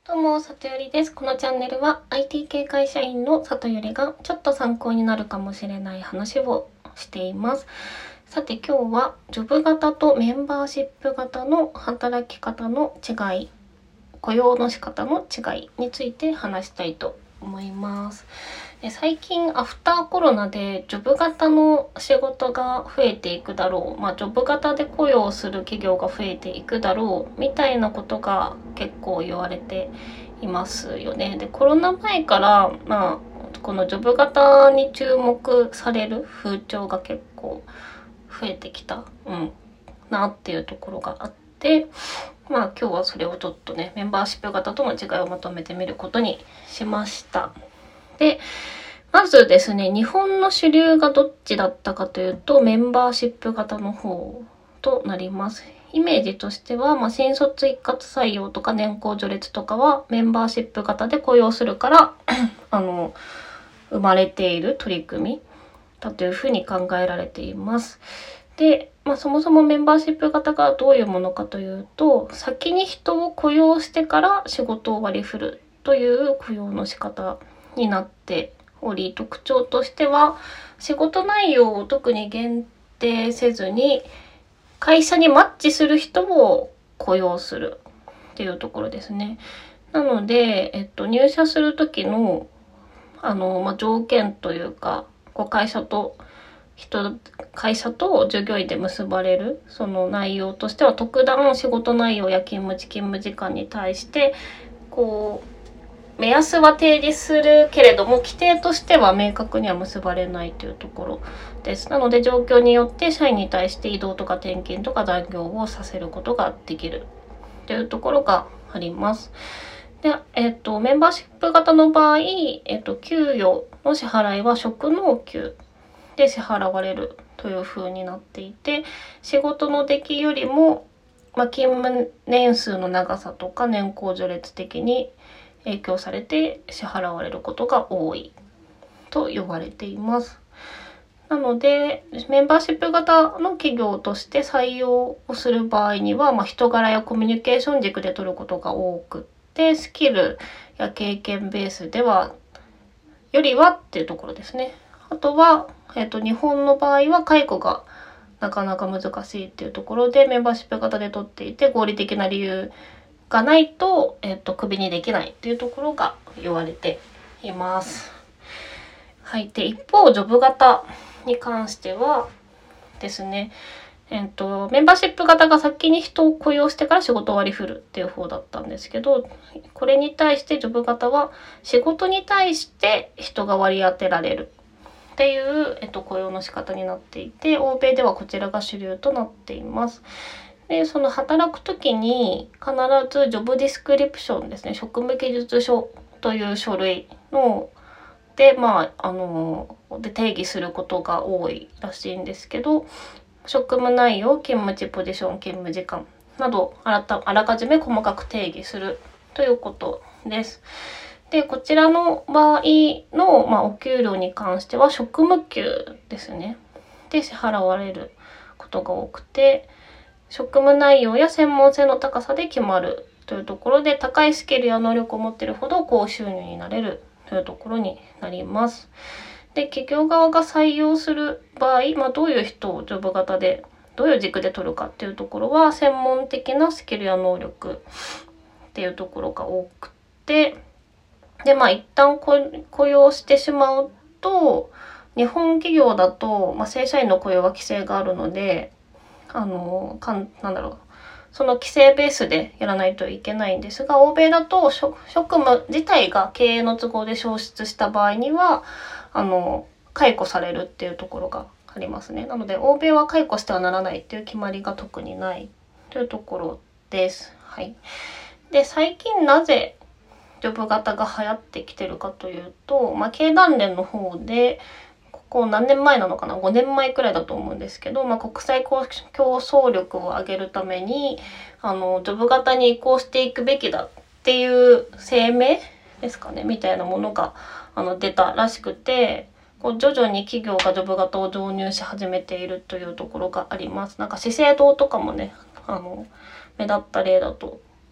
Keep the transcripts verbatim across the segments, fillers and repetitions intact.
どうも、里よりです。このチャンネルは アイティー 系会社員の里よりがちょっと参考になるかもしれない話をしています。さて今日はジョブ型とメンバーシップ型の働き方の違い、雇用の仕方の違いについて話したいと思います。で最近アフターコロナでジョブ型の仕事が増えていくだろう、まあ、ジョブ型で雇用する企業が増えていくだろうみたいなことが結構言われていますよね。でコロナ前から、まあ、このジョブ型に注目される風潮が結構増えてきた、うん、なっていうところがあって、まあ今日はそれをちょっとねメンバーシップ型との違いをまとめてみることにしました。でまずですね、日本の主流がどっちだったかというとメンバーシップ型の方となります。イメージとしては、まあ、新卒一括採用とか年功序列とかはメンバーシップ型で雇用するからあの生まれている取り組みだというふうに考えられています。で、まあ、そもそもメンバーシップ型がどういうものかというと、先に人を雇用してから仕事を割り振るという雇用の仕方になっており、特徴としては仕事内容を特に限定せずに会社にマッチする人を雇用するっていうところですね。なので、えっと、入社する時のあの、まあ、条件というか、こう会社と人会社と従業員で結ばれるその内容としては、特段仕事内容や勤務地勤務時間に対してこう目安は提示するけれども規定としては明確には結ばれないというところです。なので状況によって社員に対して移動とか転勤とか残業をさせることができるというところがあります。で、えっと、メンバーシップ型の場合、えっと、給与の支払いは職能給で支払われるという風になっていて、仕事の出来よりも、まあ、勤務年数の長さとか年功序列的に影響されて支払われることが多いと呼ばれています。なのでメンバーシップ型の企業として採用をする場合には、まあ、人柄やコミュニケーション軸で取ることが多くって、スキルや経験ベースではよりはっていうところですね。あとは、えっと、日本の場合は解雇がなかなか難しいっていうところでメンバーシップ型で取っていて、合理的な理由がないと、えっと、クビにできないっていうところが言われています。はい。で、一方、ジョブ型に関してはですね、えっと、メンバーシップ型が先に人を雇用してから仕事を割り振るっていう方だったんですけど、これに対してジョブ型は仕事に対して人が割り当てられるっていう、えっと、雇用の仕方になっていて、欧米ではこちらが主流となっています。で、その働く時に必ずジョブディスクリプションですね、職務記述書という書類ので、まあ、あの、で定義することが多いらしいんですけど、職務内容、勤務地、ポジション、勤務時間などあらたあらかじめ細かく定義するということです。で、こちらの場合の、まあ、お給料に関しては職務給ですね。で支払われることが多くて、職務内容や専門性の高さで決まるというところで、高いスキルや能力を持っているほど高収入になれるというところになります。で、企業側が採用する場合、まあ、どういう人をジョブ型でどういう軸で取るかっていうところは、専門的なスキルや能力っていうところが多くて、でまあ一旦雇用してしまうと、日本企業だと、まあ、正社員の雇用は規制があるので、あのかんなんだろうその規制ベースでやらないといけないんですが、欧米だと職務自体が経営の都合で消失した場合にはあの解雇されるっていうところがありますね。なので欧米は解雇してはならないっていう決まりが特にないというところです。はい。で、最近なぜジョブ型が流行ってきてるかというと、まあ、経団連の方でここ何年前なのかな、ごねんまえくらいだと思うんですけど、まあ、国際競争力を上げるためにあのジョブ型に移行していくべきだっていう声明ですかね、みたいなものがあの出たらしくて、こう徐々に企業がジョブ型を導入し始めているというところがあります。なんか資生堂とかもね、あの目立った例だと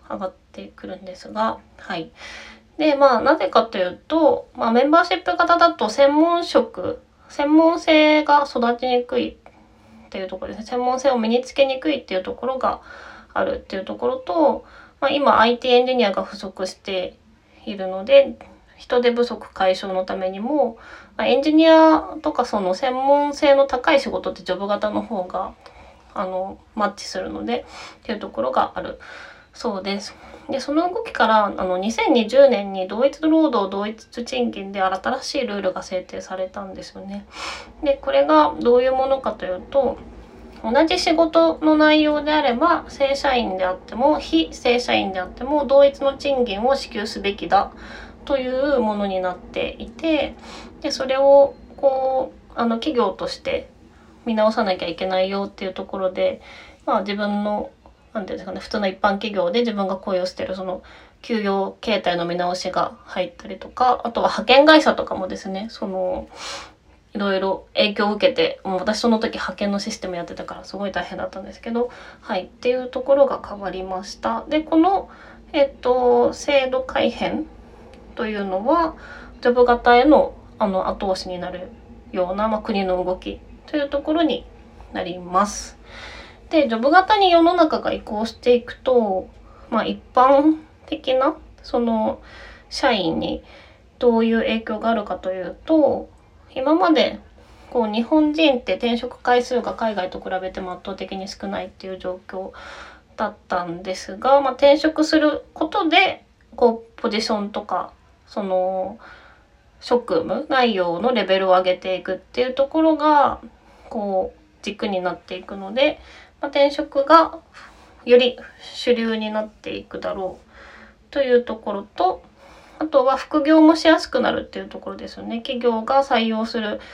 上がってくるんですが、はい。で、まあ、なぜかというと、まあ、メンバーシップ型だと専門職、専門性が育ちにくいっていうところですね。専門性を身につけにくいっていうところがあるっていうところと、まあ、今 アイティー エンジニアが不足しているので、人手不足解消のためにも、まあ、エンジニアとかその専門性の高い仕事ってジョブ型の方があのマッチするのでっていうところがあるそうです。で、その動きからあのにせんにじゅうねんに同一労働同一賃金で新しいルールが制定されたんですよね。で、これがどういうものかというと、同じ仕事の内容であれば正社員であっても非正社員であっても同一の賃金を支給すべきだというものになっていて、でそれをこうあの企業として見直さなきゃいけないよっていうところで、まあ、自分のなんていうんですかね、普通の一般企業で自分が雇用しているその給与形態の見直しが入ったりとか、あとは派遣会社とかもですね、そのいろいろ影響を受けて、もう私その時派遣のシステムやってたからすごい大変だったんですけど、はいっていうところが変わりました。で、このえっと制度改変というのはジョブ型へのあの後押しになるような、まあ、国の動きというところになります。で、ジョブ型に世の中が移行していくと、まあ、一般的なその社員にどういう影響があるかというと、今までこう日本人って転職回数が海外と比べても圧倒的に少ないっていう状況だったんですが、まあ、転職することでこうポジションとかその職務内容のレベルを上げていくっていうところがこう軸になっていくので、まあ、転職がより主流になっていくだろうというところと、あとは副業もしやすくなるっていうところですよね。企業が採用する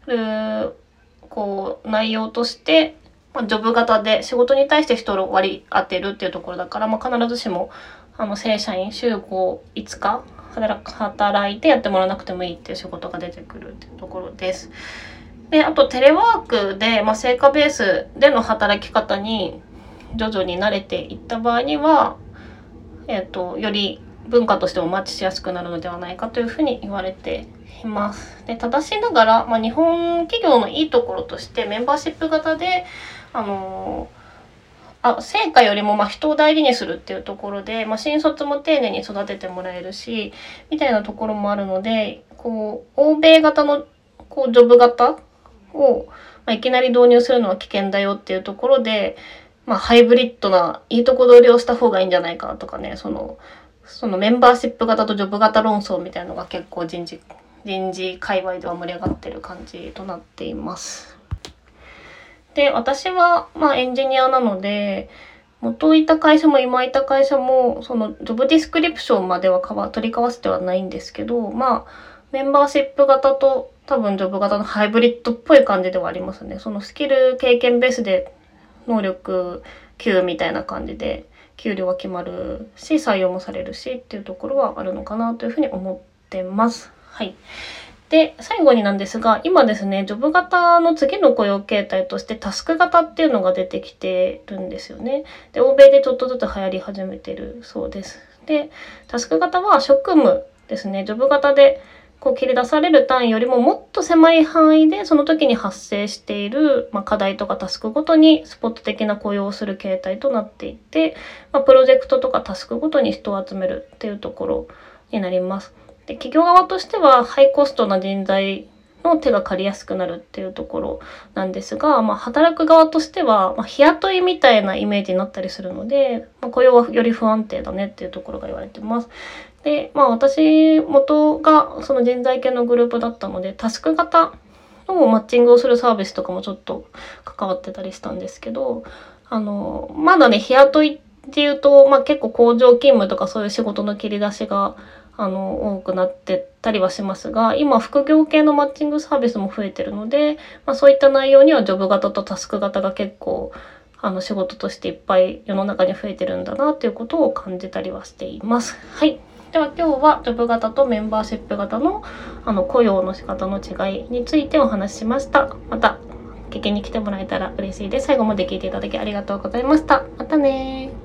こう内容として、まあ、ジョブ型で仕事に対して人を割り当てるっていうところだから、まあ、必ずしもあの正社員週ご、いつか働いてやってもらわなくてもいいっていう仕事が出てくるっていうところです。で、あとテレワークで、まあ、成果ベースでの働き方に徐々に慣れていった場合には、えっと、より文化としてもマッチしやすくなるのではないかというふうに言われています。で、ただしながら、まあ、日本企業のいいところとしてメンバーシップ型で、あのーあ成果よりもまあ人を大事にするっていうところで、まあ、新卒も丁寧に育ててもらえるしみたいなところもあるので、こう欧米型のこうジョブ型を、まあ、いきなり導入するのは危険だよっていうところで、まあ、ハイブリッドないいとこ取りをした方がいいんじゃないかとかね、そのそのメンバーシップ型とジョブ型論争みたいなのが結構人事人事界隈では盛り上がってる感じとなっています。で、私はまあエンジニアなので、元いた会社も今いた会社もそのジョブディスクリプションまでは取り交わせてはないんですけど、まあメンバーシップ型と多分ジョブ型のハイブリッドっぽい感じではありますね。そのスキル経験ベースで能力給みたいな感じで給料は決まるし採用もされるしっていうところはあるのかなというふうに思ってます。はい。で、最後になんですが、今ですね、ジョブ型の次の雇用形態としてタスク型っていうのが出てきてるんですよね。で、欧米でちょっとずつ流行り始めてるそうです。で、タスク型は職務ですね、ジョブ型でこう切り出される単位よりももっと狭い範囲でその時に発生している、まあ、課題とかタスクごとにスポット的な雇用をする形態となっていて、まあ、プロジェクトとかタスクごとに人を集めるっていうところになります。で、企業側としてはハイコストな人材の手が借りやすくなるっていうところなんですが、まあ、働く側としては、まあ、日雇いみたいなイメージになったりするので、まあ、雇用はより不安定だねっていうところが言われてます。で、まあ私元がその人材系のグループだったので、タスク型のマッチングをするサービスとかもちょっと関わってたりしたんですけど、あの、まだね、日雇いっていうと、まあ結構工場勤務とかそういう仕事の切り出しがあの多くなってたりはしますが、今副業系のマッチングサービスも増えてるので、まあ、そういった内容にはジョブ型とタスク型が結構あの仕事としていっぱい世の中に増えてるんだなということを感じたりはしています。はい。では今日はジョブ型とメンバーシップ型のあの雇用の仕方の違いについてお話ししました。また聞きに来てもらえたら嬉しいです。最後まで聞いていただきありがとうございました。またね。